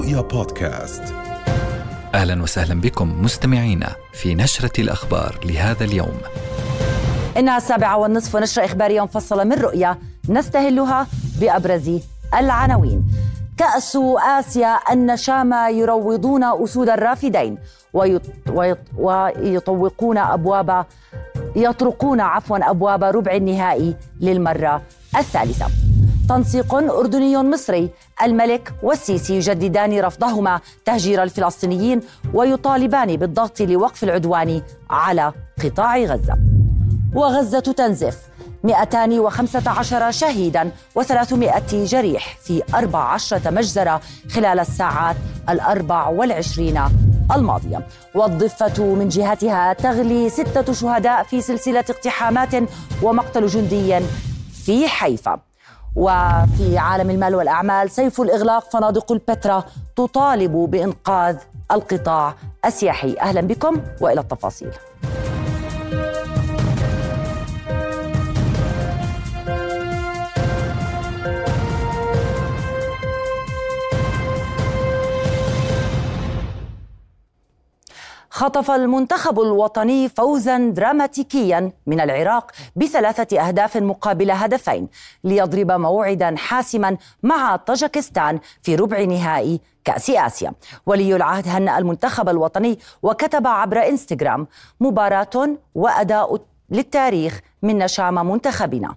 رؤيا بودكاست. أهلا وسهلا بكم مستمعينا في نشرة الأخبار لهذا اليوم. إنها 7:30 ونشرة إخبارية مفصلة من رؤيا نستهلها بأبرز العناوين. كأس آسيا، النشامة يروضون أسود الرافدين يطرقون أبواب ربع النهائي للمرة الثالثة. تنسيق أردني مصري، الملك والسيسي يجددان رفضهما تهجير الفلسطينيين ويطالبان بالضغط لوقف العدوان على قطاع غزة. وغزة تنزف 215 شهيداً و300 جريح في 14 مجزرة خلال الساعات 24 الماضية. والضفة من جهتها تغلي 6 شهداء في سلسلة اقتحامات ومقتل جندي في حيفا. وفي عالم المال والأعمال، سيف الإغلاق فنادق البتراء تطالب بإنقاذ القطاع السياحي. أهلا بكم وإلى التفاصيل. خطف المنتخب الوطني فوزا دراماتيكيا من العراق ب3 أهداف مقابل هدفين ليضرب موعدا حاسما مع طاجكستان في ربع نهائي كأس آسيا. ولي العهد هنأ المنتخب الوطني وكتب عبر إنستغرام: مباراة وأداء للتاريخ من نشامة منتخبنا،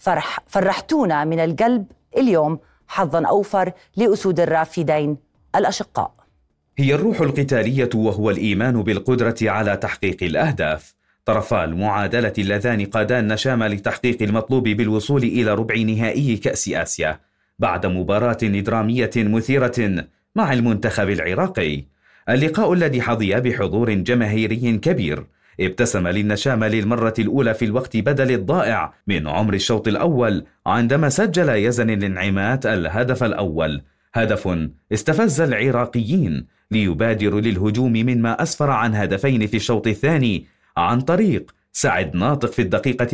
فرحتونا من القلب اليوم، حظا أوفر لأسود الرافدين الأشقاء. هي الروح القتالية وهو الإيمان بالقدرة على تحقيق الأهداف. طرفا المعادلة اللذان قادا النشامة لتحقيق المطلوب بالوصول إلى ربع نهائي كأس آسيا بعد مباراة درامية مثيرة مع المنتخب العراقي. اللقاء الذي حظي بحضور جماهيري كبير ابتسم للنشامة للمرة الأولى في الوقت بدل الضائع من عمر الشوط الأول عندما سجل يزن الانعمات الهدف الأول، هدف استفز العراقيين ليبادروا للهجوم مما أسفر عن هدفين في الشوط الثاني عن طريق سعد ناطق في الدقيقة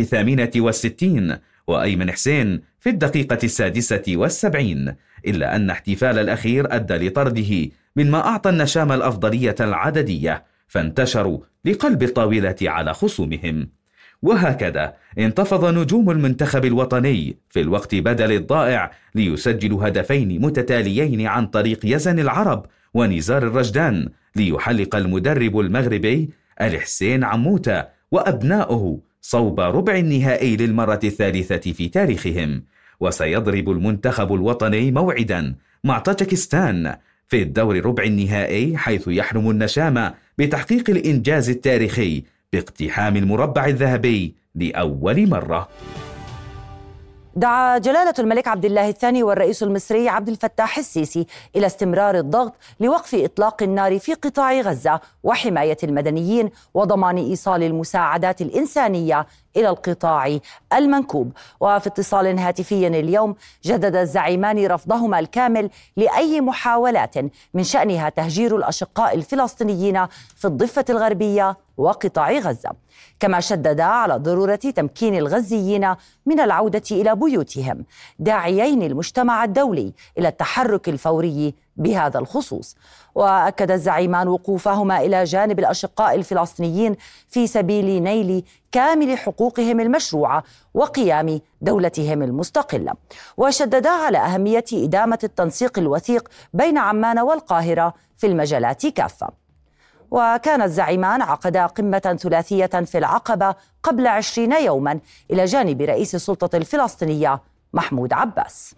68 وأيمن حسين في الدقيقة 76، إلا أن احتفال الأخير أدى لطرده مما أعطى النشامة الأفضلية العددية، فانتشروا لقلب الطاولة على خصومهم. وهكذا انتفض نجوم المنتخب الوطني في الوقت بدل الضائع ليسجلوا هدفين متتاليين عن طريق يزن العرب ونزار الرجدان، ليحلق المدرب المغربي الحسين عموتة وأبناؤه صوب ربع النهائي للمرة الثالثة في تاريخهم. وسيضرب المنتخب الوطني موعدا مع طاجكستان في الدور ربع النهائي، حيث يحلم النشامة بتحقيق الإنجاز التاريخي باقتحام المربع الذهبي لأول مرة. دعا جلالة الملك عبد الله الثاني والرئيس المصري عبد الفتاح السيسي إلى استمرار الضغط لوقف إطلاق النار في قطاع غزة وحماية المدنيين وضمان إيصال المساعدات الإنسانية إلى القطاع المنكوب. وفي اتصال هاتفي اليوم جدد الزعيمان رفضهما الكامل لأي محاولات من شأنها تهجير الأشقاء الفلسطينيين في الضفة الغربية وقطاع غزة، كما شددا على ضرورة تمكين الغزيين من العودة إلى بيوتهم، داعيين المجتمع الدولي إلى التحرك الفوري بهذا الخصوص. وأكد الزعيمان وقوفهما إلى جانب الأشقاء الفلسطينيين في سبيل نيل كامل حقوقهم المشروعة وقيام دولتهم المستقلة، وشددا على أهمية إدامة التنسيق الوثيق بين عمان والقاهرة في المجالات كافة. وكان الزعيمان عقدا قمة ثلاثية في العقبة قبل 20 يوما إلى جانب رئيس السلطة الفلسطينية محمود عباس.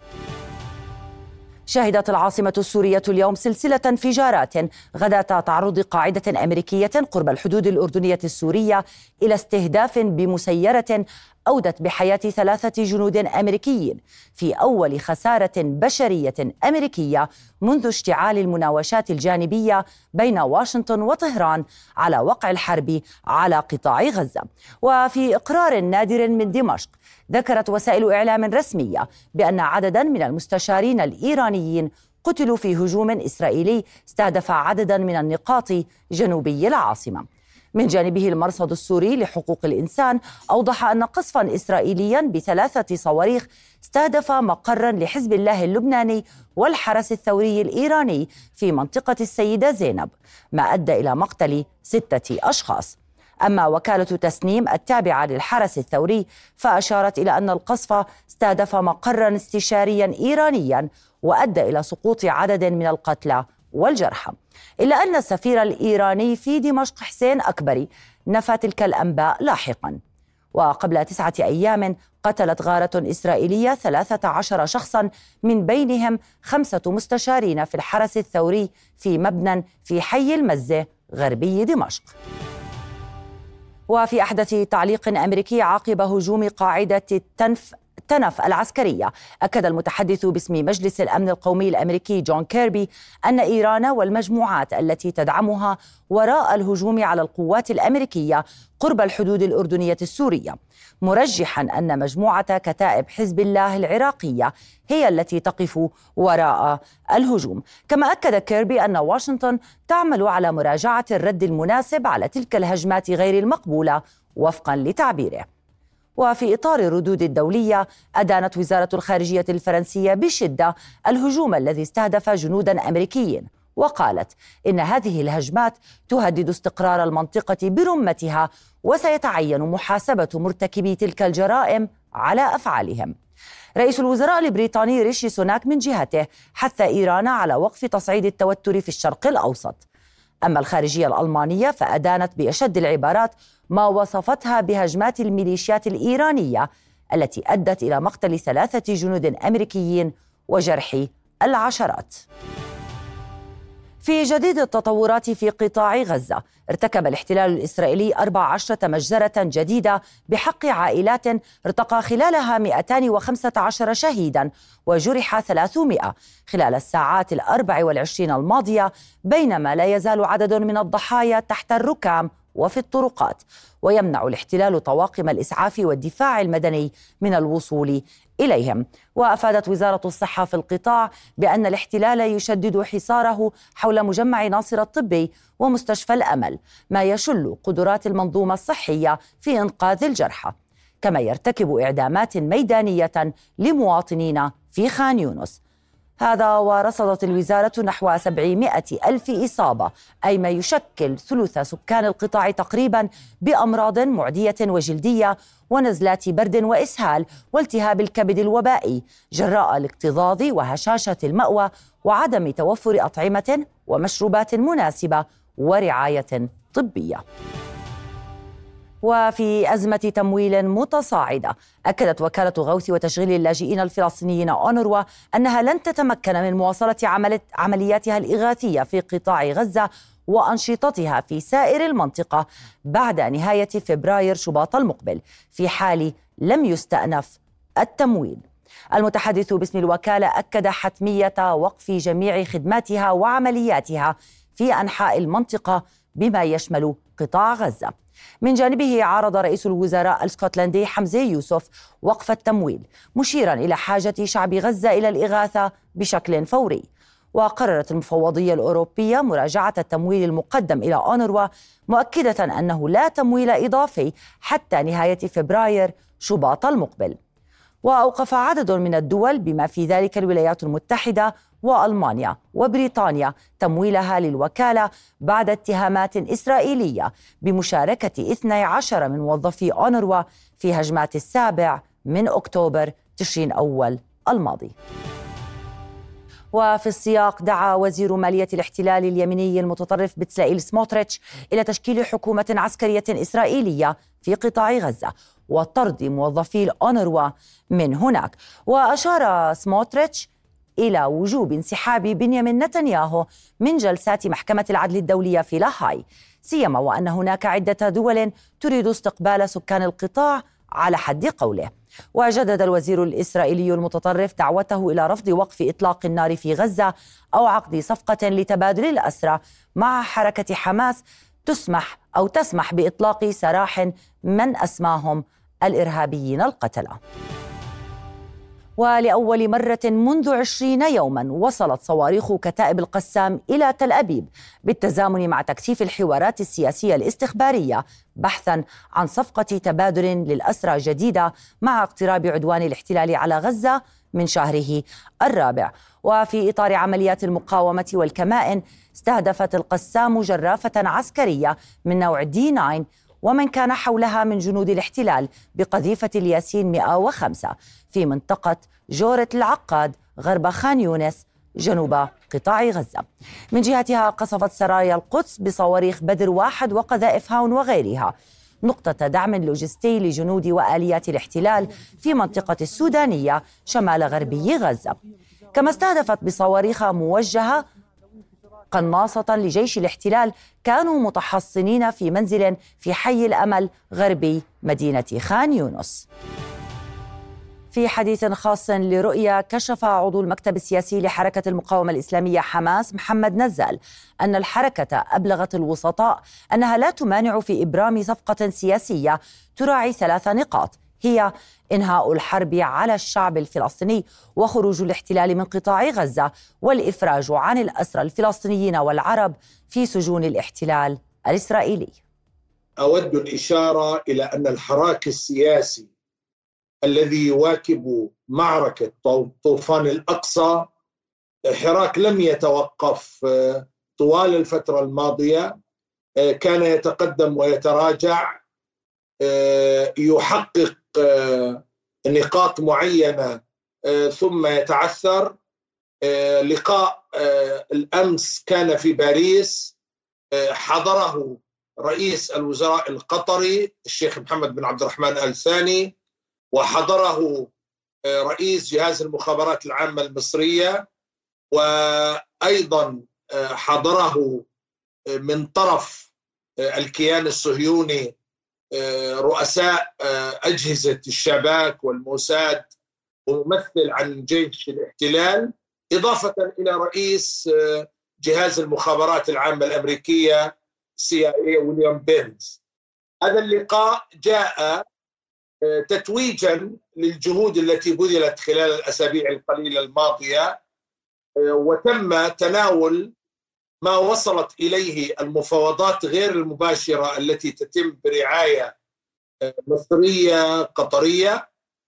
شهدت العاصمة السورية اليوم سلسلة انفجارات غداة تعرض قاعدة أمريكية قرب الحدود الأردنية السورية إلى استهداف بمسيرة أودت بحياة 3 جنود أمريكيين في أول خسارة بشرية أمريكية منذ اشتعال المناوشات الجانبية بين واشنطن وطهران على وقع الحرب على قطاع غزة. وفي إقرار نادر من دمشق، ذكرت وسائل إعلام رسمية بأن عددا من المستشارين الإيرانيين قتلوا في هجوم إسرائيلي استهدف عددا من النقاط جنوبي العاصمة. من جانبه المرصد السوري لحقوق الإنسان أوضح أن قصفاً إسرائيلياً ب3 صواريخ استهدف مقراً لحزب الله اللبناني والحرس الثوري الإيراني في منطقة السيدة زينب، ما أدى إلى مقتل 6 أشخاص. أما وكالة تسنيم التابعة للحرس الثوري فأشارت إلى أن القصف استهدف مقراً استشارياً إيرانياً وأدى إلى سقوط عدد من القتلى والجرحى، إلا أن السفير الإيراني في دمشق حسين أكبري نفى تلك الأنباء لاحقاً. وقبل 9 أيام قتلت غارة إسرائيلية 13 شخصاً من بينهم 5 مستشارين في الحرس الثوري في مبنى في حي المزة غربي دمشق. وفي أحدث تعليق أمريكي عقب هجوم قاعدة تنف العسكرية، أكد المتحدث باسم مجلس الأمن القومي الأمريكي جون كيربي أن إيران والمجموعات التي تدعمها وراء الهجوم على القوات الأمريكية قرب الحدود الأردنية السورية، مرجحاً أن مجموعة كتائب حزب الله العراقية هي التي تقف وراء الهجوم. كما أكد كيربي أن واشنطن تعمل على مراجعة الرد المناسب على تلك الهجمات غير المقبولة وفقاً لتعبيره. وفي إطار الردود الدولية، أدانت وزارة الخارجية الفرنسية بشدة الهجوم الذي استهدف جنوداً أمريكيين، وقالت إن هذه الهجمات تهدد استقرار المنطقة برمتها وسيتعين محاسبة مرتكبي تلك الجرائم على أفعالهم. رئيس الوزراء البريطاني ريشي سوناك من جهته حث إيران على وقف تصعيد التوتر في الشرق الأوسط. أما الخارجية الألمانية فأدانت بأشد العبارات ما وصفتها بهجمات الميليشيات الإيرانية التي أدت إلى مقتل 3 جنود أمريكيين وجرح العشرات. في جديد التطورات في قطاع غزة، ارتكب الاحتلال الإسرائيلي 14 مجزرة جديدة بحق عائلات ارتقى خلالها 215 شهيدا وجرح 300 خلال الساعات 24 الماضية، بينما لا يزال عدد من الضحايا تحت الركام وفي الطرقات، ويمنع الاحتلال طواقم الإسعاف والدفاع المدني من الوصول إليهم. وأفادت وزارة الصحة في القطاع بأن الاحتلال يشدد حصاره حول مجمع ناصر الطبي ومستشفى الأمل، ما يشل قدرات المنظومة الصحية في إنقاذ الجرحى، كما يرتكب إعدامات ميدانية لمواطنين في خان يونس. هذا ورصدت الوزارة نحو 700 ألف إصابة، أي ما يشكل ثلث سكان القطاع تقريبا، بأمراض معدية وجلدية ونزلات برد وإسهال والتهاب الكبد الوبائي جراء الاكتظاظ وهشاشة المأوى وعدم توفر أطعمة ومشروبات مناسبة ورعاية طبية. وفي أزمة تمويل متصاعدة، أكدت وكالة غوث وتشغيل اللاجئين الفلسطينيين أونروا أنها لن تتمكن من مواصلة عملياتها الإغاثية في قطاع غزة وأنشطتها في سائر المنطقة بعد نهاية فبراير شباط المقبل، في حال لم يستأنف التمويل. المتحدث باسم الوكالة أكد حتمية وقف جميع خدماتها وعملياتها في أنحاء المنطقة بما يشمل قطاع غزة. من جانبه عارض رئيس الوزراء الاسكتلندي حمزة يوسف وقف التمويل، مشيرا إلى حاجة شعب غزة إلى الإغاثة بشكل فوري. وقررت المفوضية الأوروبية مراجعة التمويل المقدم إلى أونروا، مؤكدة أنه لا تمويل إضافي حتى نهاية فبراير شباط المقبل. وأوقف عدد من الدول بما في ذلك الولايات المتحدة وألمانيا وبريطانيا تمويلها للوكالة بعد اتهامات إسرائيلية بمشاركة 12 من موظفي أونروا في هجمات 7 أكتوبر تشرين أول الماضي. وفي السياق، دعا وزير مالية الاحتلال اليميني المتطرف بتسلائيل سموتريتش إلى تشكيل حكومة عسكرية إسرائيلية في قطاع غزة وطرد موظفي الأونروا من هناك. وأشار سموتريتش إلى وجوب انسحاب بنيامين نتنياهو من جلسات محكمة العدل الدولية في لاهاي، سيما وأن هناك عدة دول تريد استقبال سكان القطاع على حد قوله. وجدد الوزير الإسرائيلي المتطرف دعوته إلى رفض وقف إطلاق النار في غزة أو عقد صفقة لتبادل الأسرى مع حركة حماس تسمح بإطلاق سراح من أسماهم الإرهابيين القتلة. ولأول مرة منذ 20 يوما وصلت صواريخ كتائب القسام إلى تل أبيب بالتزامن مع تكثيف الحوارات السياسية الاستخبارية بحثا عن صفقة تبادل للأسرى جديدة مع اقتراب عدوان الاحتلال على غزة من شهره الرابع. وفي إطار عمليات المقاومة والكمائن استهدفت القسام جرافة عسكرية من نوع D9 ومن كان حولها من جنود الاحتلال بقذيفة الياسين 105 في منطقة جورة العقاد غرب خان يونس جنوب قطاع غزة. من جهتها قصفت سرايا القدس بصواريخ بدر 1 وقذائف هاون وغيرها نقطة دعم لوجستي لجنود وآليات الاحتلال في منطقة السودانية شمال غربي غزة. كما استهدفت بصواريخ موجهة قناصة لجيش الاحتلال كانوا متحصنين في منزل في حي الأمل غربي مدينة خان يونس. في حديث خاص لرؤيا كشف عضو المكتب السياسي لحركة المقاومة الإسلامية حماس محمد نزال أن الحركة أبلغت الوسطاء أنها لا تمانع في إبرام صفقة سياسية تراعي 3 نقاط، هي إنهاء الحرب على الشعب الفلسطيني وخروج الاحتلال من قطاع غزة والإفراج عن الأسرى الفلسطينيين والعرب في سجون الاحتلال الإسرائيلي. أود الإشارة إلى أن الحراك السياسي الذي يواكب معركة طوفان الأقصى حراك لم يتوقف طوال الفترة الماضية، كان يتقدم ويتراجع، يحقق نقاط معينة ثم يتعثر. لقاء الأمس كان في باريس حضره رئيس الوزراء القطري الشيخ محمد بن عبد الرحمن آل ثاني، وحضره رئيس جهاز المخابرات العامة المصرية، وأيضا حضره من طرف الكيان الصهيوني رؤساء أجهزة الشباك والموساد وممثل عن جيش الاحتلال، إضافة إلى رئيس جهاز المخابرات العامة الأمريكية CIA ويليام بيرنز. هذا اللقاء جاء تتويجا للجهود التي بذلت خلال الأسابيع القليلة الماضية، وتم تناول ما وصلت إليه المفاوضات غير المباشرة التي تتم برعاية مصرية قطرية.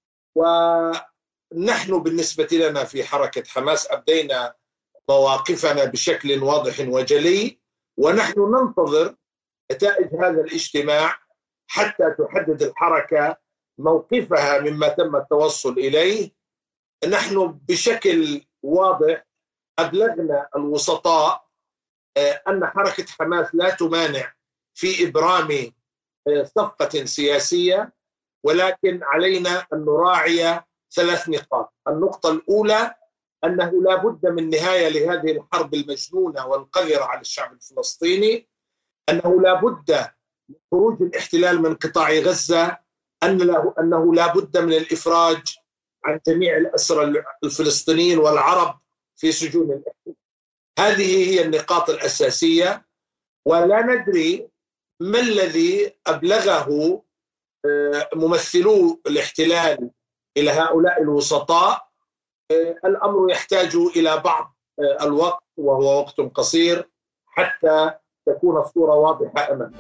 ونحن بالنسبة لنا في حركة حماس أبدينا مواقفنا بشكل واضح وجلي، ونحن ننتظر نتائج هذا الاجتماع حتى تحدد الحركة موقفها مما تم التوصل إليه. نحن بشكل واضح أبلغنا الوسطاء أن حركة حماس لا تمانع في إبرام صفقة سياسية، ولكن علينا أن نراعي 3 نقاط. النقطة الأولى أنه لا بد من نهاية لهذه الحرب المجنونة والقذرة على الشعب الفلسطيني، أنه لا بد من خروج الاحتلال من قطاع غزة، أنه لا بد من الإفراج عن جميع الأسرى الفلسطينيين والعرب في سجون الاحتلال. هذه هي النقاط الأساسية، ولا ندري ما الذي أبلغه ممثلو الاحتلال إلى هؤلاء الوسطاء. الأمر يحتاج إلى بعض الوقت، وهو وقت قصير، حتى تكون الصورة واضحة أمامنا.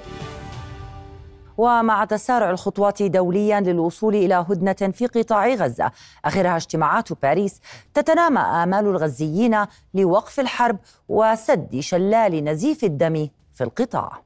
ومع تسارع الخطوات دوليا للوصول إلى هدنة في قطاع غزة آخرها اجتماعات باريس، تتنامى آمال الغزيين لوقف الحرب وسد شلال نزيف الدم في القطاع.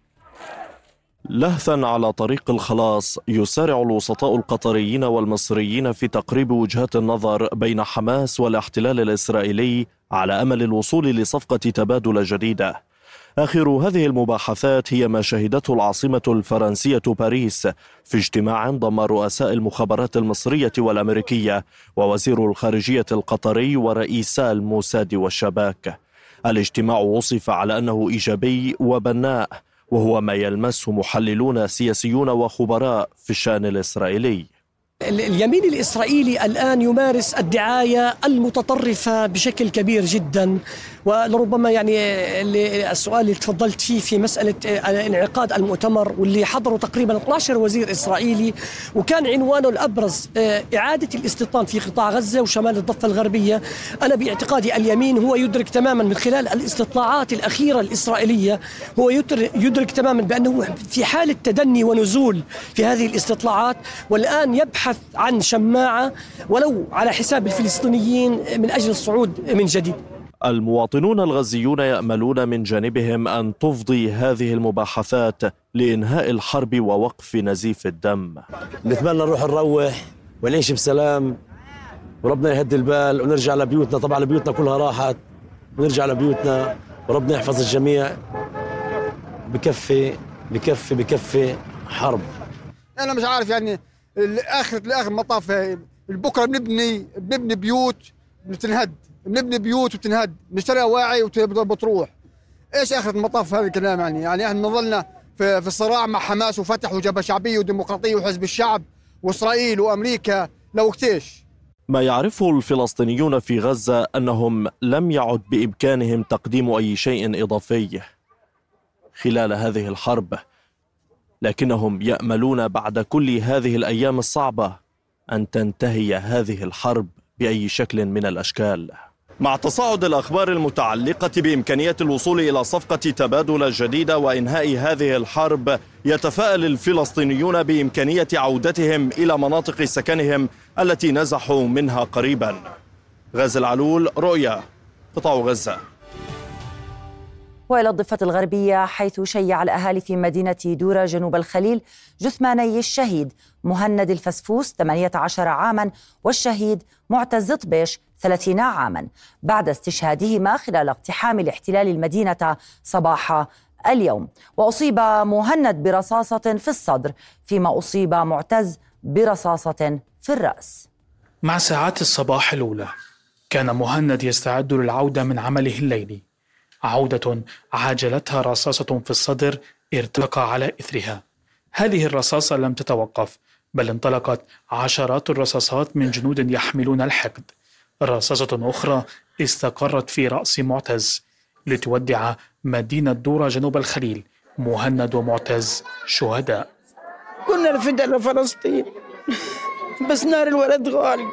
لهثا على طريق الخلاص يسارع الوسطاء القطريين والمصريين في تقريب وجهات النظر بين حماس والاحتلال الإسرائيلي على أمل الوصول لصفقة تبادل جديدة. آخر هذه المباحثات هي ما شهدته العاصمة الفرنسية باريس في اجتماع ضم رؤساء المخابرات المصرية والأمريكية ووزير الخارجية القطري ورئيسا الموساد والشباك. الاجتماع وصف على أنه إيجابي وبناء، وهو ما يلمسه محللون سياسيون وخبراء في الشأن الإسرائيلي. اليمين الإسرائيلي الآن يمارس الدعاية المتطرفة بشكل كبير جدا، ولربما يعني السؤال اللي تفضلت فيه في مسألة انعقاد المؤتمر واللي حضروا تقريبا 12 وزير إسرائيلي، وكان عنوانه الأبرز إعادة الاستيطان في قطاع غزة وشمال الضفة الغربية. أنا باعتقادي اليمين هو يدرك تماما من خلال الاستطلاعات الأخيرة الإسرائيلية، هو يدرك تماما بأنه في حالة تدني ونزول في هذه الاستطلاعات، والآن يبحث عن شماعة ولو على حساب الفلسطينيين من أجل الصعود من جديد. المواطنون الغزيون يأملون من جانبهم أن تفضي هذه المباحثات لإنهاء الحرب ووقف نزيف الدم. نتمنى نروح نروح ونعيش بسلام وربنا يهدي البال ونرجع لبيوتنا. طبعا بيوتنا كلها راحت، ونرجع لبيوتنا وربنا يحفظ الجميع. بكفي حرب. أنا مش عارف يعني لآخر مطاف بكرة بنبني بيوت بتنهد، بنبني بيوت وتنهد، نشتري أواعي وبتروح. إيش آخر المطاف هذا الكلام؟ يعني إحنا نظلنا في الصراع مع حماس وفتح وجبهة شعبية وديمقراطية وحزب الشعب وإسرائيل وأمريكا لوقتيش. ما يعرفه الفلسطينيون في غزة أنهم لم يعد بإمكانهم تقديم أي شيء إضافي خلال هذه الحرب، لكنهم يأملون بعد كل هذه الأيام الصعبة أن تنتهي هذه الحرب بأي شكل من الأشكال. مع تصاعد الأخبار المتعلقة بإمكانية الوصول إلى صفقة تبادل جديدة وإنهاء هذه الحرب، يتفائل الفلسطينيون بإمكانية عودتهم إلى مناطق سكنهم التي نزحوا منها قريبا. غازي العلول، رؤيا، قطاع غزة. وإلى الضفة الغربية، حيث شيع الأهالي في مدينة دورة جنوب الخليل جثماني الشهيد مهند الفسفوس 18 عاما والشهيد معتز طبيش 30 عاما بعد استشهادهما خلال اقتحام الاحتلال المدينة صباح اليوم. وأصيب مهند برصاصة في الصدر، فيما أصيب معتز برصاصة في الرأس. مع ساعات الصباح الأولى كان مهند يستعد للعودة من عمله الليلي، عودة عاجلتها رصاصة في الصدر ارتقى على إثرها. هذه الرصاصة لم تتوقف، بل انطلقت عشرات الرصاصات من جنود يحملون الحقد. رصاصة أخرى استقرت في رأس معتز لتودع مدينة دورة جنوب الخليل. مهند ومعتز شهداء. كنا الفداء لفلسطين، بس نار الولد غالي،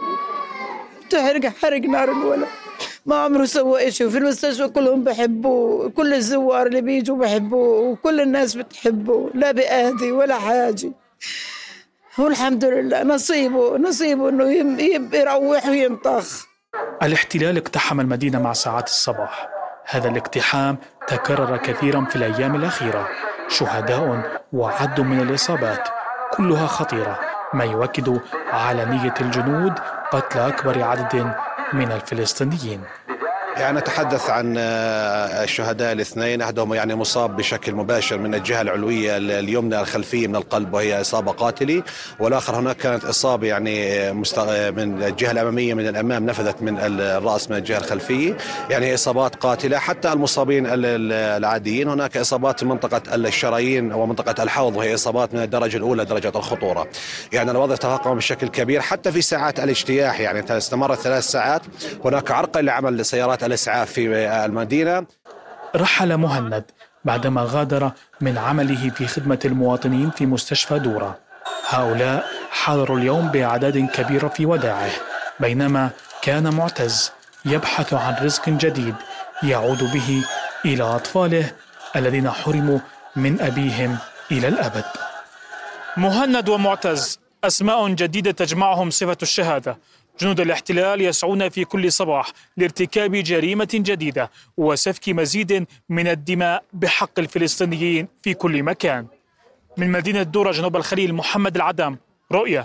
حرق نار الولد. ما عمره سوى إشي، وفي المستشفى كلهم بحبوه، كل الزوار اللي بيجوا بحبوه، وكل الناس بتحبه، لا بآذي ولا حاجة. والحمد لله نصيبه إنه يروح وينطخ. الاحتلال اقتحم المدينة مع ساعات الصباح. هذا الاقتحام تكرر كثيرا في الأيام الأخيرة. شهداء وعد من الإصابات كلها خطيرة، ما يؤكد على نية الجنود قتل أكبر عدد من الفلسطينيين. يعني نتحدث عن الشهداء الاثنين، أحدهم يعني مصاب بشكل مباشر من الجهة العلوية اليمنى الخلفية من القلب وهي إصابة قاتلة، والآخر هناك كانت إصابة يعني من الجهة الأمامية من الأمام نفذت من الرأس من الجهة الخلفية، يعني إصابات قاتلة. حتى المصابين العاديين هناك إصابات في منطقة الشرايين ومنطقة الحوض، وهي إصابات من الدرجة الأولى درجة الخطورة. يعني الوضع تفاقم بشكل كبير حتى في ساعات الاجتياح، يعني استمرت 3 ساعات. هناك عرقلة لعمل سيارات الإسعاف في المدينة. رحل مهند بعدما غادر من عمله في خدمة المواطنين في مستشفى دورة. هؤلاء حضروا اليوم بأعداد كبيرة في وداعه، بينما كان معتز يبحث عن رزق جديد يعود به إلى أطفاله الذين حرموا من أبيهم إلى الأبد. مهند ومعتز أسماء جديدة تجمعهم صفة الشهادة. جنود الاحتلال يسعون في كل صباح لارتكاب جريمة جديدة وسفك مزيد من الدماء بحق الفلسطينيين في كل مكان. من مدينة دورة جنوب الخليل، محمد العدم، رؤيا.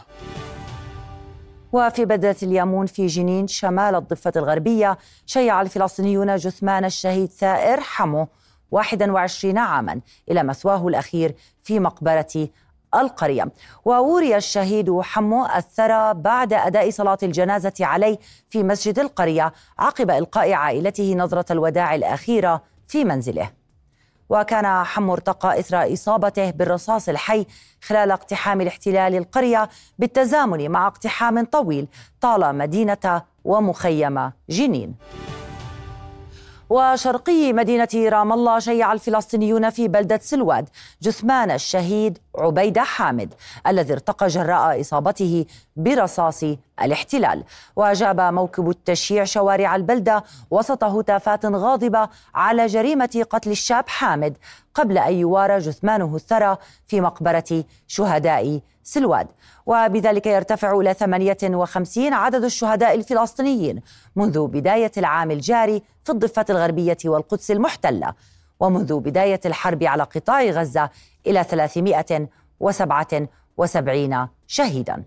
وفي بلدة اليامون في جنين شمال الضفة الغربية، شيع الفلسطينيون جثمان الشهيد ثائر حمو 21 عاما إلى مثواه الأخير في مقبرة القرية. ووري الشهيد حمو الثرى بعد أداء صلاة الجنازة عليه في مسجد القرية عقب إلقاء عائلته نظرة الوداع الأخيرة في منزله. وكان حمو ارتقى إثر إصابته بالرصاص الحي خلال اقتحام الاحتلال القرية بالتزامن مع اقتحام طويل طال مدينة ومخيم جنين. وشرقي مدينة رام الله شيع الفلسطينيون في بلدة سلواد جثمان الشهيد عبيدة حامد الذي ارتقى جراء إصابته برصاص الاحتلال. وأجاب موكب التشييع شوارع البلدة وسط هتافات غاضبة على جريمة قتل الشاب حامد قبل أن يوارى جثمانه الثرى في مقبرة شهداء سلواد. وبذلك يرتفع إلى 58 عدد الشهداء الفلسطينيين منذ بداية العام الجاري في الضفة الغربية والقدس المحتلة، ومنذ بداية الحرب على قطاع غزة إلى 377 شهيداً.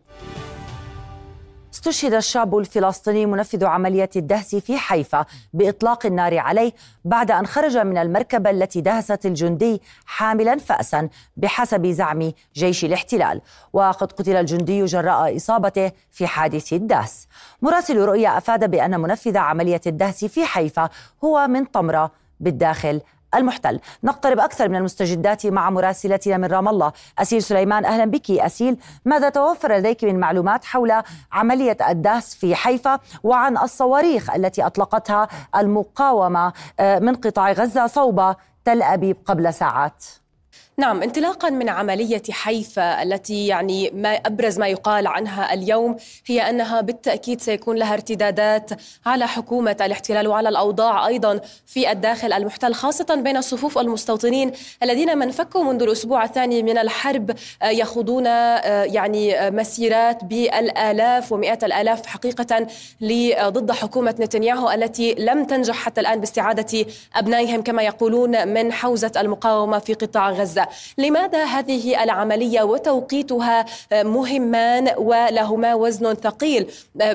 استشهد الشاب الفلسطيني منفذ عملية الدهس في حيفا بإطلاق النار عليه بعد أن خرج من المركبة التي دهست الجندي حاملا فأسا بحسب زعم جيش الاحتلال. وقد قتل الجندي جراء إصابته في حادث الدهس. مراسل رؤيا أفاد بأن منفذ عملية الدهس في حيفا هو من طمرة بالداخل المحتل. نقترب أكثر من المستجدات مع مراسلتنا من رام الله أسيل سليمان. أهلا بك أسيل، ماذا توفر لديك من معلومات حول عملية الدهس في حيفا وعن الصواريخ التي أطلقتها المقاومة من قطاع غزة صوب تل أبيب قبل ساعات؟ نعم، انطلاقا من عملية حيفا التي يعني ما أبرز ما يقال عنها اليوم هي أنها بالتأكيد سيكون لها ارتدادات على حكومة الاحتلال وعلى الأوضاع أيضا في الداخل المحتل، خاصة بين صفوف المستوطنين الذين من فكوا منذ الأسبوع الثاني من الحرب يخوضون يعني مسيرات بالآلاف ومئات الآلاف حقيقة ضد حكومة نتنياهو التي لم تنجح حتى الآن باستعادة أبنائهم كما يقولون من حوزة المقاومة في قطاع غزة. لماذا هذه العملية وتوقيتها مهمان ولهما وزن ثقيل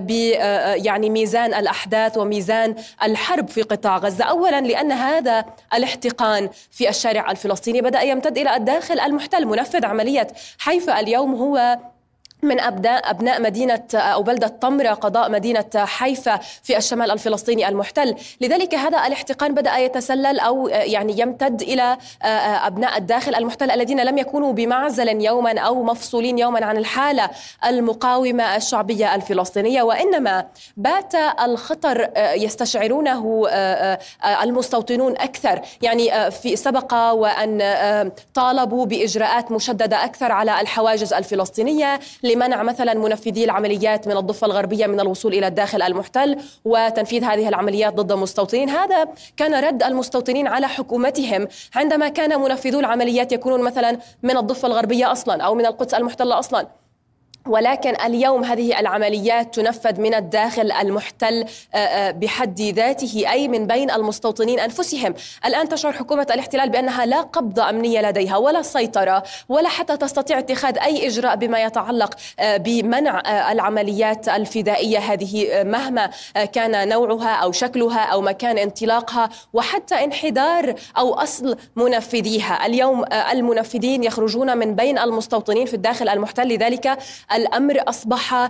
يعني ميزان الأحداث وميزان الحرب في قطاع غزة؟ أولا لأن هذا الاحتقان في الشارع الفلسطيني بدأ يمتد إلى الداخل المحتل. منفذ عملية حيفا اليوم هو من أبناء مدينة أو بلدة طمرة قضاء مدينة حيفا في الشمال الفلسطيني المحتل. لذلك هذا الاحتقان بدأ يتسلل أو يعني يمتد إلى أبناء الداخل المحتل الذين لم يكونوا بمعزل يوما أو مفصولين يوما عن الحالة المقاومة الشعبية الفلسطينية، وإنما بات الخطر يستشعرونه المستوطنون أكثر. يعني في سبق وأن طالبوا بإجراءات مشددة أكثر على الحواجز الفلسطينية لمنع مثلا منفذي العمليات من الضفة الغربية من الوصول إلى الداخل المحتل وتنفيذ هذه العمليات ضد المستوطنين. هذا كان رد المستوطنين على حكومتهم عندما كان منفذو العمليات يكونون مثلا من الضفة الغربية أصلا أو من القدس المحتلة أصلا، ولكن اليوم هذه العمليات تنفذ من الداخل المحتل بحد ذاته، أي من بين المستوطنين أنفسهم. الآن تشعر حكومة الاحتلال بأنها لا قبضة أمنية لديها ولا سيطرة ولا حتى تستطيع اتخاذ أي إجراء بما يتعلق بمنع العمليات الفدائية هذه مهما كان نوعها أو شكلها أو مكان انطلاقها وحتى انحدار أو أصل منفذيها. اليوم المنفذين يخرجون من بين المستوطنين في الداخل المحتل، لذلك الأمر أصبح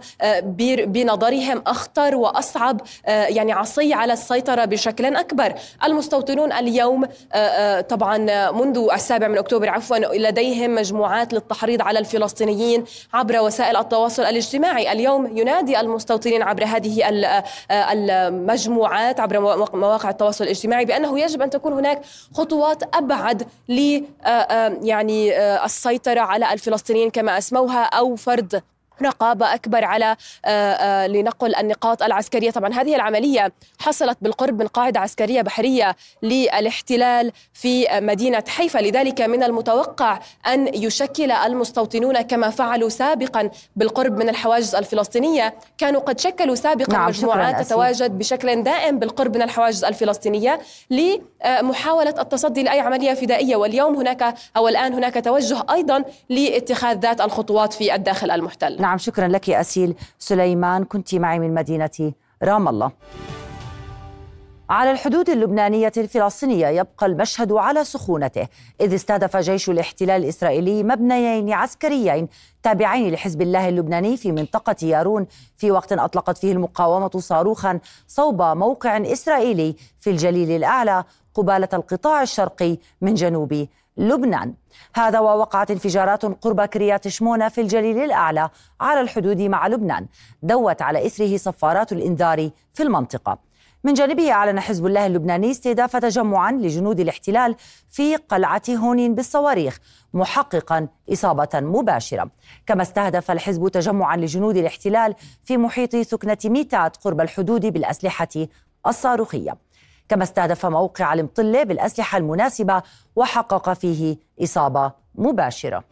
بنظرهم أخطر وأصعب، يعني عصي على السيطرة بشكل أكبر. المستوطنون اليوم طبعا منذ 7 أكتوبر لديهم مجموعات للتحريض على الفلسطينيين عبر وسائل التواصل الاجتماعي. اليوم ينادي المستوطنين عبر هذه المجموعات عبر مواقع التواصل الاجتماعي بأنه يجب أن تكون هناك خطوات أبعد يعني السيطرة على الفلسطينيين كما أسموها، أو فرض رقابة أكبر على لنقل النقاط العسكرية. طبعا هذه العملية حصلت بالقرب من قاعدة عسكرية بحرية للاحتلال في مدينة حيفا، لذلك من المتوقع أن يشكل المستوطنون كما فعلوا سابقا بالقرب من الحواجز الفلسطينية. كانوا قد شكلوا سابقا مجموعات تتواجد بشكل دائم بالقرب من الحواجز الفلسطينية لمحاولة التصدي لأي عملية فدائية، واليوم هناك أو الآن هناك توجه أيضا لاتخاذ ذات الخطوات في الداخل المحتل. نعم، شكرا لك أسيل سليمان، كنت معي من مدينة رام الله. على الحدود اللبنانية الفلسطينية يبقى المشهد على سخونته، إذ استهدف جيش الاحتلال الإسرائيلي مبنيين عسكريين تابعين لحزب الله اللبناني في منطقة يارون في وقت أطلقت فيه المقاومة صاروخا صوب موقع إسرائيلي في الجليل الأعلى قبالة القطاع الشرقي من جنوب لبنان. هذا ووقعت انفجارات قرب كريات شمونة في الجليل الأعلى على الحدود مع لبنان دوت على إثره صفارات الإنذار في المنطقة. من جانبه أعلن حزب الله اللبناني استهداف تجمعا لجنود الاحتلال في قلعة هونين بالصواريخ، محققا إصابة مباشرة. كما استهدف الحزب تجمعا لجنود الاحتلال في محيط سكنة ميتات قرب الحدود بالأسلحة الصاروخية. كما استهدف موقع المطلة بالأسلحة المناسبة وحقق فيه إصابة مباشرة.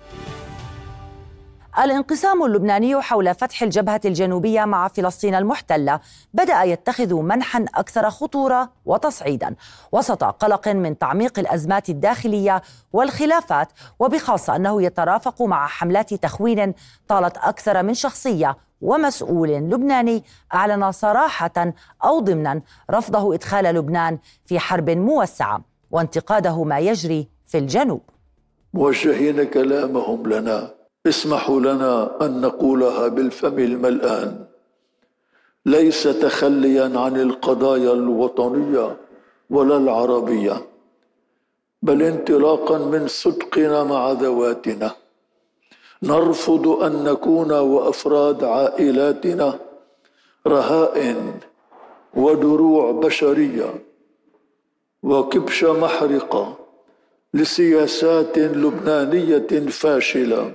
الانقسام اللبناني حول فتح الجبهة الجنوبية مع فلسطين المحتلة بدأ يتخذ منحا أكثر خطورة وتصعيدا وسط قلق من تعميق الأزمات الداخلية والخلافات، وبخاصة أنه يترافق مع حملات تخوين طالت أكثر من شخصية ومسؤول لبناني أعلن صراحة أو ضمنا رفضه إدخال لبنان في حرب موسعة وانتقاده ما يجري في الجنوب. موجهين كلامهم لنا، اسمحوا لنا أن نقولها بالفم الملآن، ليس تخليا عن القضايا الوطنية ولا العربية، بل انطلاقا من صدقنا مع ذواتنا. نرفض أن نكون وأفراد عائلاتنا رهائن ودروع بشرية وكبش محرقة لسياسات لبنانية فاشلة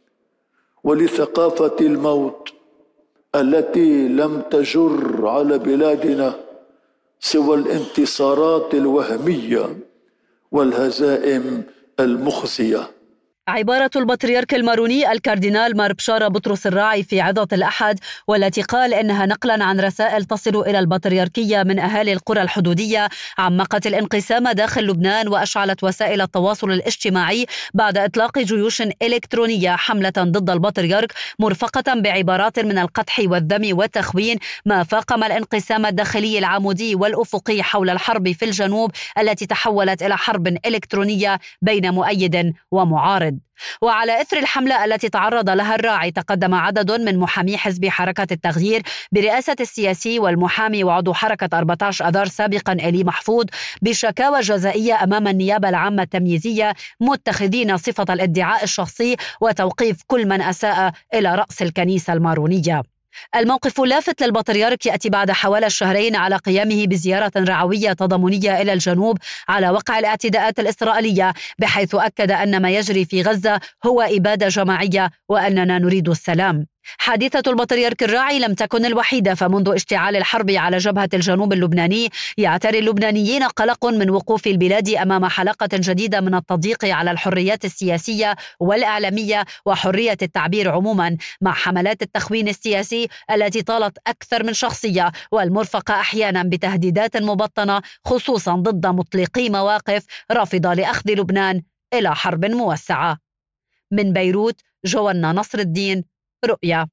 ولثقافة الموت التي لم تجر على بلادنا سوى الانتصارات الوهمية والهزائم المخزية. عبارة البطريرك الماروني الكاردينال مار بشارة بطرس الراعي في عظة الأحد، والتي قال إنها نقلا عن رسائل تصل إلى البطريركية من أهالي القرى الحدودية، عمقت الانقسام داخل لبنان وأشعلت وسائل التواصل الاجتماعي بعد إطلاق جيوش إلكترونية حملة ضد البطريرك مرفقة بعبارات من القدح والذم والتخوين، ما فاقم الانقسام الداخلي العمودي والأفقي حول الحرب في الجنوب التي تحولت إلى حرب إلكترونية بين مؤيد ومعارض. وعلى إثر الحملة التي تعرض لها الراعي، تقدم عدد من محامي حزب حركة التغيير برئاسة السياسي والمحامي وعضو حركة 14 أذار سابقا إلي محفوظ بشكاوى جزائية أمام النيابة العامة التمييزية، متخذين صفة الادعاء الشخصي وتوقيف كل من أساء إلى رأس الكنيسة المارونية. الموقف اللافت للبطريرك يأتي بعد حوالي شهرين على قيامه بزيارة رعوية تضامنية إلى الجنوب على وقع الاعتداءات الإسرائيلية، بحيث أكد أن ما يجري في غزة هو إبادة جماعية وأننا نريد السلام. حادثة البطريرك الراعي لم تكن الوحيدة، فمنذ اشتعال الحرب على جبهة الجنوب اللبناني يعتري اللبنانيين قلق من وقوف البلاد أمام حلقة جديدة من التضييق على الحريات السياسية والإعلامية وحرية التعبير عموما، مع حملات التخوين السياسي التي طالت أكثر من شخصية والمرفقة أحيانا بتهديدات مبطنة، خصوصا ضد مطلقي مواقف رافضة لأخذ لبنان إلى حرب موسعة. من بيروت، جوانا نصر الدين، رؤيا.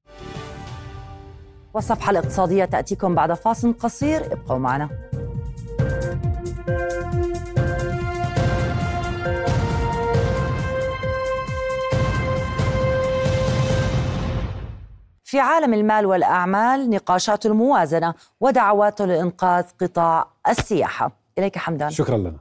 والصفحة الاقتصادية تأتيكم بعد فاصل قصير، ابقوا معنا. في عالم المال والأعمال نقاشات الموازنة ودعوات لإنقاذ قطاع السياحة. إليك حمدان. شكرا لنا.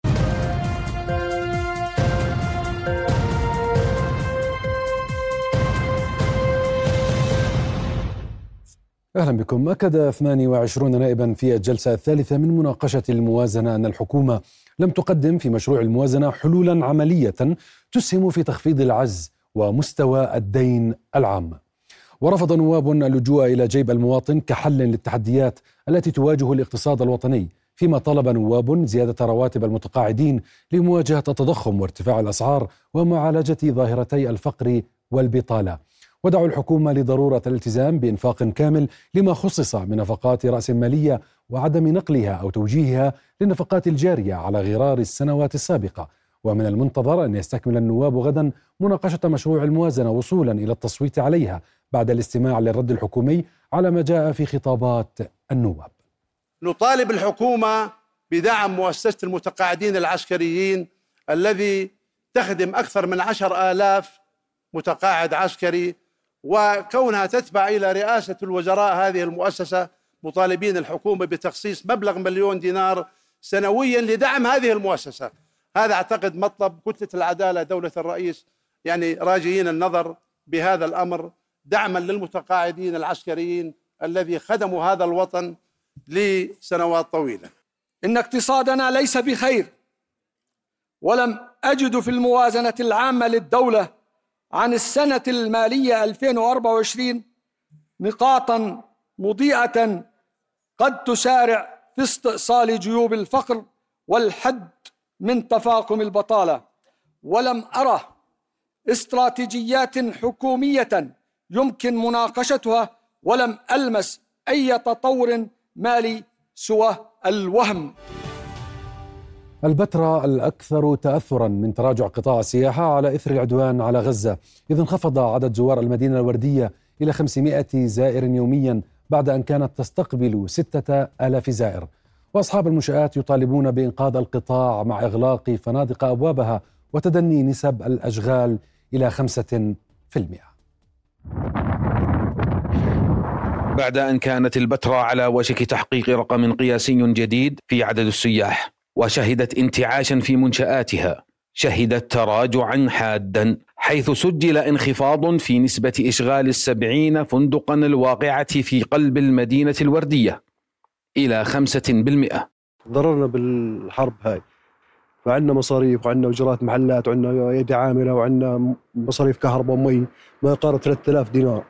أهلا بكم. أكد 28 نائبا في الجلسة الثالثة من مناقشة الموازنة أن الحكومة لم تقدم في مشروع الموازنة حلولا عملية تسهم في تخفيض العجز ومستوى الدين العام. ورفض نواب اللجوء إلى جيب المواطن كحل للتحديات التي تواجه الاقتصاد الوطني، فيما طلب نواب زيادة رواتب المتقاعدين لمواجهة التضخم وارتفاع الأسعار ومعالجة ظاهرتي الفقر والبطالة. ودعوا الحكومة لضرورة الالتزام بإنفاق كامل لما خصص من نفقات رأس مالية وعدم نقلها أو توجيهها للنفقات الجارية على غرار السنوات السابقة. ومن المنتظر أن يستكمل النواب غدا مناقشة مشروع الموازنة وصولا إلى التصويت عليها بعد الاستماع للرد الحكومي على ما جاء في خطابات النواب. نطالب الحكومة بدعم مؤسسة المتقاعدين العسكريين الذي تخدم أكثر من 10,000 متقاعد عسكري، وكونها تتبع إلى رئاسة الوزراء هذه المؤسسة، مطالبين الحكومة بتخصيص مبلغ 1,000,000 دينار سنويا لدعم هذه المؤسسة. هذا أعتقد مطلب كتلة العدالة دولة الرئيس، يعني راجعين النظر بهذا الأمر دعما للمتقاعدين العسكريين الذي خدموا هذا الوطن لسنوات طويلة. إن اقتصادنا ليس بخير، ولم أجد في الموازنة العامة للدولة عن السنة المالية 2024 نقاطا مضيئة قد تسارع في استئصال جيوب الفقر والحد من تفاقم البطالة، ولم أرى استراتيجيات حكومية يمكن مناقشتها، ولم ألمس أي تطور مالي سوى الوهم. البتراء الأكثر تأثرا من تراجع قطاع السياحة على إثر العدوان على غزة، إذ انخفض عدد زوار المدينة الوردية إلى 500 زائر يوميا بعد أن كانت تستقبل 6000 زائر. وأصحاب المنشآت يطالبون بإنقاذ القطاع مع إغلاق فنادق أبوابها وتدني نسب الأشغال إلى 5%. بعد أن كانت البتراء على وشك تحقيق رقم قياسي جديد في عدد السياح، وشهدت انتعاشا في منشآتها، شهدت تراجعا حادا، حيث سجل انخفاض في نسبة إشغال 70 فندقا الواقعة في قلب المدينة الوردية إلى 5%. ضررنا بالحرب هاي، فعندنا مصاريف وعندنا أجرات محلات وعندنا يد عاملة وعندنا مصاريف كهرباء ومي ما يقارب 3000 دينار.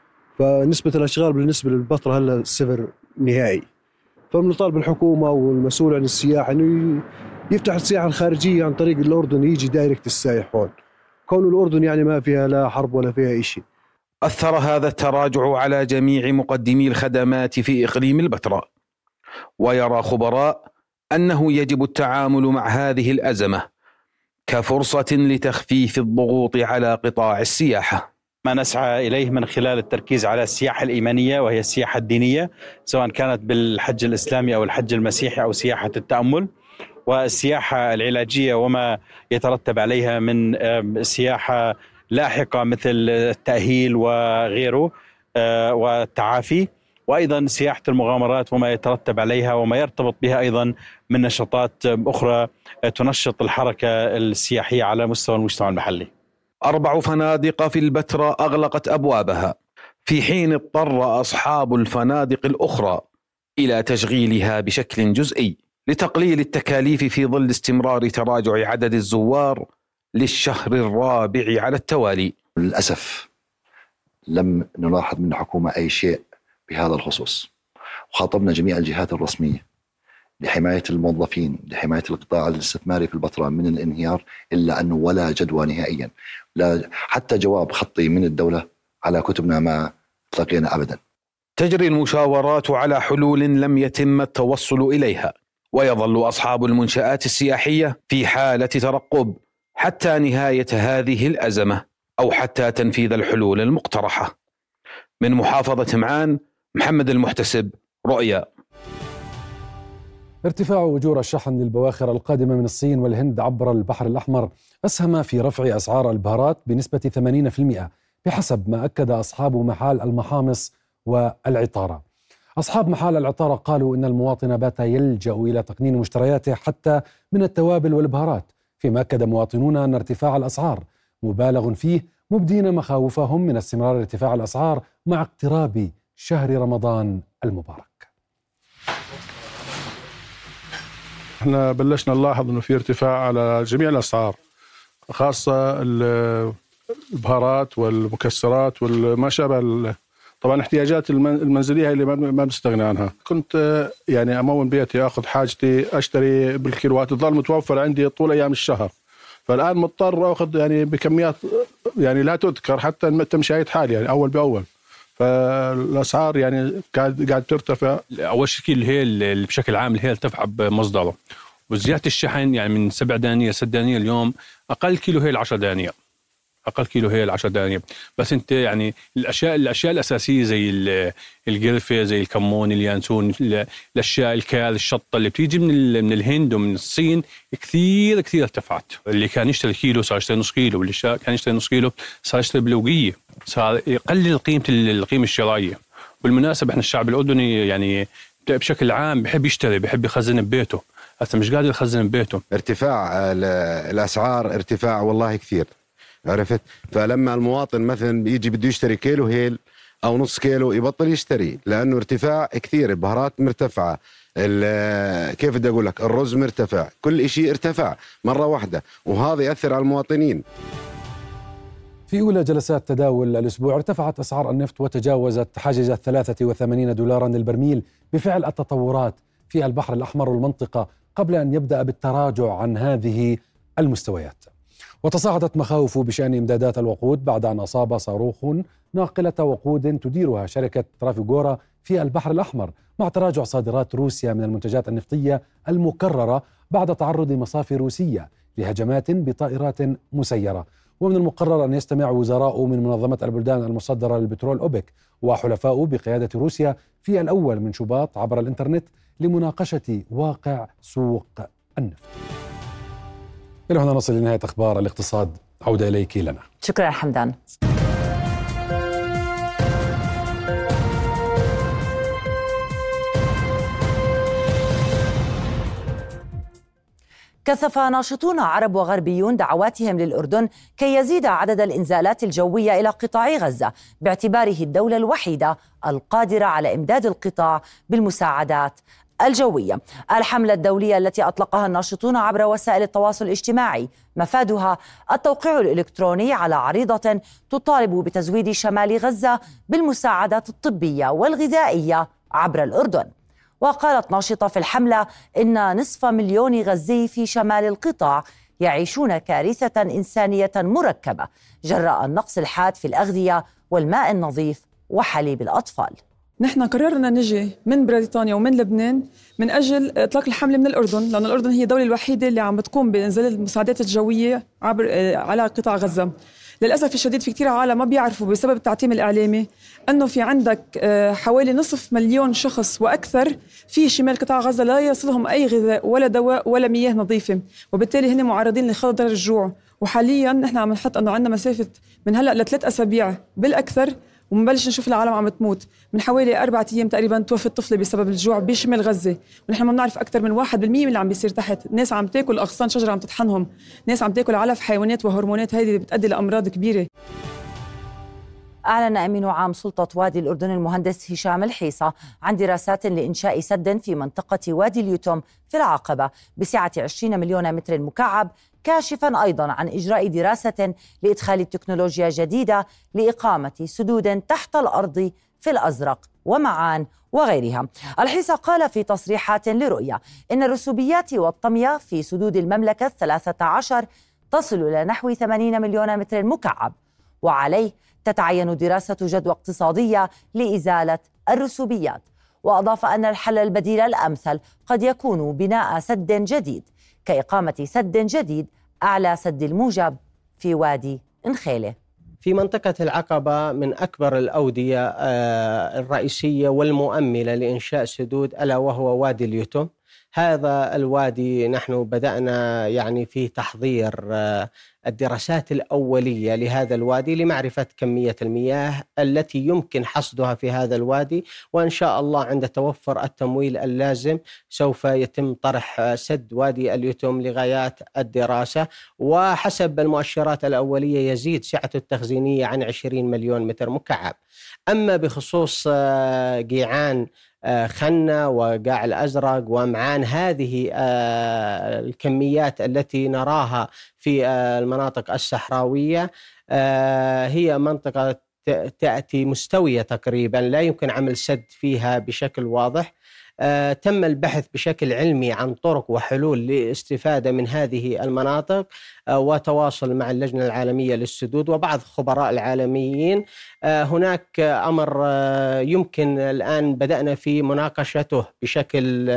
فنسبة الأشغال بالنسبة للبتراء هلا صفر نهائي. فبنطالب الحكومة والمسؤول عن السياحة إنه يفتح السياحة الخارجية عن طريق الأردن، يجي دايركت السائح هون، كون الأردن يعني ما فيها لا حرب ولا فيها إشي. أثر هذا التراجع على جميع مقدمي الخدمات في إقليم البتراء، ويرى خبراء أنه يجب التعامل مع هذه الأزمة كفرصة لتخفيف الضغوط على قطاع السياحة. ما نسعى إليه من خلال التركيز على السياحة الإيمانية، وهي السياحة الدينية، سواء كانت بالحج الإسلامي أو الحج المسيحي أو سياحة التأمل، والسياحة العلاجية وما يترتب عليها من سياحة لاحقة مثل التأهيل وغيره والتعافي، وأيضا سياحة المغامرات وما يترتب عليها وما يرتبط بها أيضا من نشاطات أخرى تنشط الحركة السياحية على مستوى المجتمع المحلي. 4 فنادق في البتراء أغلقت أبوابها، في حين اضطر أصحاب الفنادق الأخرى إلى تشغيلها بشكل جزئي لتقليل التكاليف في ظل استمرار تراجع عدد الزوار للشهر الرابع على التوالي. للأسف لم نلاحظ من الحكومة أي شيء بهذا الخصوص، وخاطبنا جميع الجهات الرسمية لحماية الموظفين، لحماية القطاع الاستثماري في البتراء من الانهيار، إلا أنه ولا جدوى نهائيا، لا حتى جواب خطي من الدولة على كتبنا ما تلقينا أبدا. تجري المشاورات على حلول لم يتم التوصل إليها، ويظل أصحاب المنشآت السياحية في حالة ترقب حتى نهاية هذه الأزمة أو حتى تنفيذ الحلول المقترحة. من محافظة معان، محمد المحتسب، رؤيا. ارتفاع أجور الشحن للبواخر القادمة من الصين والهند عبر البحر الأحمر أسهم في رفع أسعار البهارات بنسبة 80% بحسب ما أكد أصحاب محال المحامص والعطارة. أصحاب محال العطارة قالوا إن المواطن بات يلجأ إلى تقنين مشترياته حتى من التوابل والبهارات، فيما أكد مواطنون أن ارتفاع الأسعار مبالغ فيه، مبدين مخاوفهم من استمرار ارتفاع الأسعار مع اقتراب شهر رمضان المبارك. احنا بلشنا نلاحظ انه في ارتفاع على جميع الاسعار، خاصه البهارات والمكسرات والما شابه. طبعا احتياجات المنزليه اللي ما بنستغنى عنها. كنت يعني امون بيتي، اخذ حاجتي، اشتري بالكيلوات، تظل متوفر عندي طول ايام الشهر. فالان مضطر اخذ يعني بكميات يعني لا تذكر حتى التمشية حالي يعني اول باول. فالاسعار يعني قاعد ترتفع. اول شيء الهيل بشكل عام الهيل ارتفع بمصدره، وزياده الشحن يعني من 7 دنانير 6 دنانير اليوم، اقل كيلو هيل 10 دنانير، اقل كيلو هيل 10 دنانير. بس انت يعني الاشياء الاساسيه زي القرفه، زي الكمون، اليانسون، الاشياء الكال، الشطه اللي بتيجي من الهند ومن الصين كثير ارتفعت. اللي كان يشتري كيلو صار يشتري نص كيلو، واللي كان يشتري نص كيلو صار يشتري بلوقيه، صار يقلل القيمه الشرائيه. بالمناسبه احنا الشعب الاردني يعني بشكل عام بحب يشتري، بحب يخزن ببيته، هسه مش قادر يخزن ببيته. ارتفاع الاسعار ارتفاع والله كثير، عرفت؟ فلما المواطن مثلا يجي بده يشتري كيلو هيل أو نص كيلو يبطل يشتري، لأنه ارتفاع كثير، البهارات مرتفعة، كيف بدي أقول لك، الرز مرتفع، كل شيء ارتفع مرة واحدة، وهذا يأثر على المواطنين. في أولى جلسات تداول الأسبوع ارتفعت أسعار النفط وتجاوزت حاجز 83 دولارا للبرميل بفعل التطورات في البحر الأحمر والمنطقة قبل أن يبدأ بالتراجع عن هذه المستويات. وتصاعدت مخاوف بشأن إمدادات الوقود بعد أن أصاب صاروخ ناقلة وقود تديرها شركة ترافيغورا في البحر الأحمر مع تراجع صادرات روسيا من المنتجات النفطية المكررة بعد تعرض مصافي روسية لهجمات بطائرات مسيرة. ومن المقرر أن يستمع وزراء من منظمة البلدان المصدرة للبترول أوبك وحلفاء بقيادة روسيا في الأول من شباط عبر الإنترنت لمناقشة واقع سوق النفط. إلى هنا نصل لنهاية أخبار الاقتصاد، عودة إليك لنا. شكرا حمدان. كثف ناشطون عرب وغربيون دعواتهم للأردن كي يزيد عدد الإنزالات الجوية إلى قطاع غزة باعتباره الدولة الوحيدة القادرة على إمداد القطاع بالمساعدات الجوية. الحملة الدولية التي أطلقها الناشطون عبر وسائل التواصل الاجتماعي مفادها التوقيع الإلكتروني على عريضة تطالب بتزويد شمال غزة بالمساعدات الطبية والغذائية عبر الأردن. وقالت ناشطة في الحملة إن نصف مليون غزي في شمال القطاع يعيشون كارثة إنسانية مركبة جراء النقص الحاد في الأغذية والماء النظيف وحليب الأطفال. نحن قررنا نجي من بريطانيا ومن لبنان من أجل إطلاق الحملة من الأردن، لأن الأردن هي الدولة الوحيدة اللي عم بتقوم بإنزال المساعدات الجوية على قطاع غزة. للأسف الشديد في كتير عالم ما بيعرفوا بسبب التعتيم الإعلامي أنه في عندك حوالي نصف مليون شخص وأكثر في شمال قطاع غزة لا يصلهم أي غذاء ولا دواء ولا مياه نظيفة، وبالتالي هن معرضين لخطر الجوع. وحاليا نحن عم نحط أنه عندنا مسافة من هلأ ل3 أسابيع بالأكثر ومنبلش نشوف العالم عم تموت. من حوالي 4 أيام تقريبا توفت طفلة بسبب الجوع بشمال غزة، ونحن ما بنعرف أكثر من 1% من اللي عم بيصير تحت. ناس عم تاكل أغصان شجرة عم تطحنهم، ناس عم تاكل علف حيوانات وهرمونات، هذه بتؤدي لأمراض كبيرة. أعلن أمين عام سلطة وادي الأردن المهندس هشام الحيصة عن دراسات لإنشاء سد في منطقة وادي اليتم في العقبة بسعة 20 مليون متر مكعب، كاشفا أيضا عن إجراء دراسة لإدخال التكنولوجيا جديدة لإقامة سدود تحت الأرض في الأزرق ومعان وغيرها. الحيصة قال في تصريحات لرؤية إن الرسوبيات والطمية في سدود المملكة 13 تصل إلى نحو 80 مليون متر مكعب، وعليه تتعين دراسة جدوى اقتصادية لإزالة الرسوبيات. وأضاف أن الحل البديل الأمثل قد يكون بناء سد جديد كإقامة سد جديد أعلى سد الموجب في وادي نخيله. في منطقة العقبة من أكبر الأودية الرئيسية والمؤملة لإنشاء سدود ألا وهو وادي اليتم. هذا الوادي نحن بدأنا يعني في تحضير الدراسات الأولية لهذا الوادي لمعرفة كمية المياه التي يمكن حصدها في هذا الوادي، وإن شاء الله عند توفر التمويل اللازم سوف يتم طرح سد وادي اليتم لغايات الدراسة. وحسب المؤشرات الأولية يزيد سعته التخزينية عن 20 مليون متر مكعب. أما بخصوص قيعان خنة وقاع الأزرق ومعان، هذه الكميات التي نراها في المناطق الصحراوية هي منطقة تأتي مستوية تقريبا، لا يمكن عمل سد فيها بشكل واضح. تم البحث بشكل علمي عن طرق وحلول للاستفادة من هذه المناطق وتواصل مع اللجنة العالمية للسدود وبعض خبراء العالميين. هناك أمر يمكن الآن بدأنا في مناقشته بشكل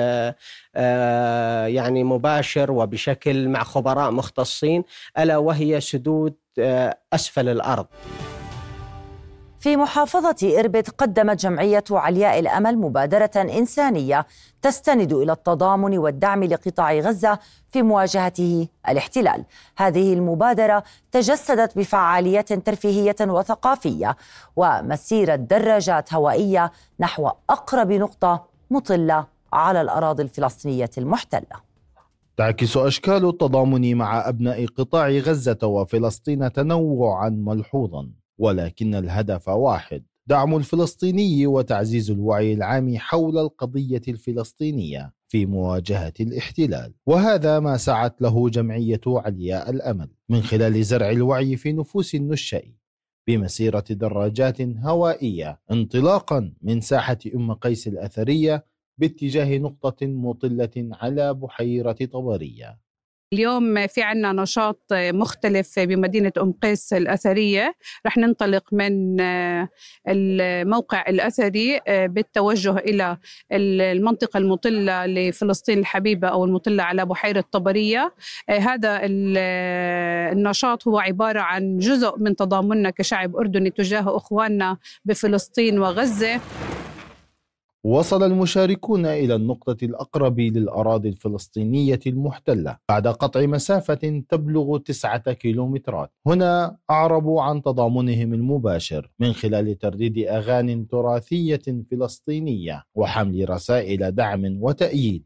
يعني مباشر وبشكل مع خبراء مختصين، ألا وهي سدود أسفل الأرض. في محافظة إربد قدمت جمعية علياء الأمل مبادرة إنسانية تستند إلى التضامن والدعم لقطاع غزة في مواجهته الاحتلال. هذه المبادرة تجسدت بفعالية ترفيهية وثقافية ومسيرة دراجات هوائية نحو أقرب نقطة مطلة على الأراضي الفلسطينية المحتلة. تعكس أشكال التضامن مع أبناء قطاع غزة وفلسطين تنوعا ملحوظا، ولكن الهدف واحد: دعم الفلسطيني وتعزيز الوعي العام حول القضية الفلسطينية في مواجهة الاحتلال. وهذا ما سعت له جمعية علياء الأمل من خلال زرع الوعي في نفوس النشأ بمسيرة دراجات هوائية انطلاقا من ساحة أم قيس الأثرية باتجاه نقطة مطلة على بحيرة طبرية. اليوم في عنا نشاط مختلف بمدينة أم قيس الأثرية. رح ننطلق من الموقع الأثري بالتوجه إلى المنطقة المطلة لفلسطين الحبيبة أو المطلة على بحيرة طبرية. هذا النشاط هو عبارة عن جزء من تضامننا كشعب أردني تجاه أخواننا بفلسطين وغزة. وصل المشاركون إلى النقطة الأقرب للأراضي الفلسطينية المحتلة بعد قطع مسافة تبلغ 9 كيلومترات. هنا أعربوا عن تضامنهم المباشر من خلال ترديد أغاني تراثية فلسطينية وحمل رسائل دعم وتأييد.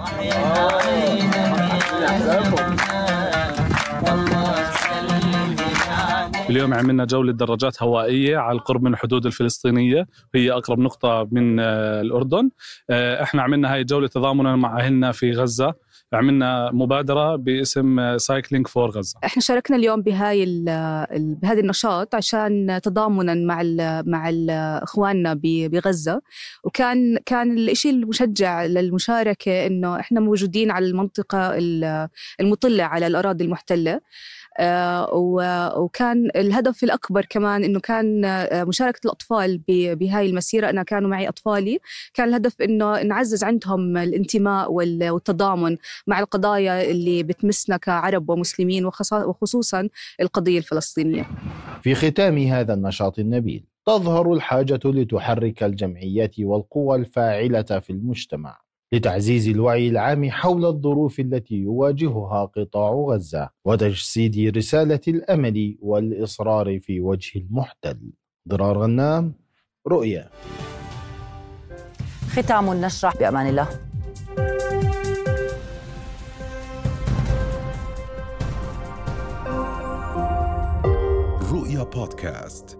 اليوم عملنا جولة دراجات هوائية على القرب من الحدود الفلسطينية، هي أقرب نقطة من الأردن. احنا عملنا هاي الجولة تضامنا مع أهلنا في غزة، عملنا مبادرة باسم سايكلينج فور غزة. احنا شاركنا اليوم بهذا النشاط عشان تضامنا مع اخواننا بغزة، وكان الشيء المشجع للمشاركة انه احنا موجودين على المنطقة المطلة على الأراضي المحتلة. وكان الهدف الأكبر كمان إنه كان مشاركة الأطفال بهاي المسيرة. أنا كانوا معي أطفالي، كان الهدف إنه نعزز عندهم الانتماء والتضامن مع القضايا اللي بتمسنا كعرب ومسلمين، وخصوصا القضية الفلسطينية. في ختام هذا النشاط النبيل تظهر الحاجة لتحرك الجمعيات والقوى الفاعلة في المجتمع لتعزيز الوعي العام حول الظروف التي يواجهها قطاع غزة وتجسيد رسالة الأمل والإصرار في وجه المحتل. ضرار غنام، رؤيا. ختام النشرة، بأمان الله. رؤيا بودكاست.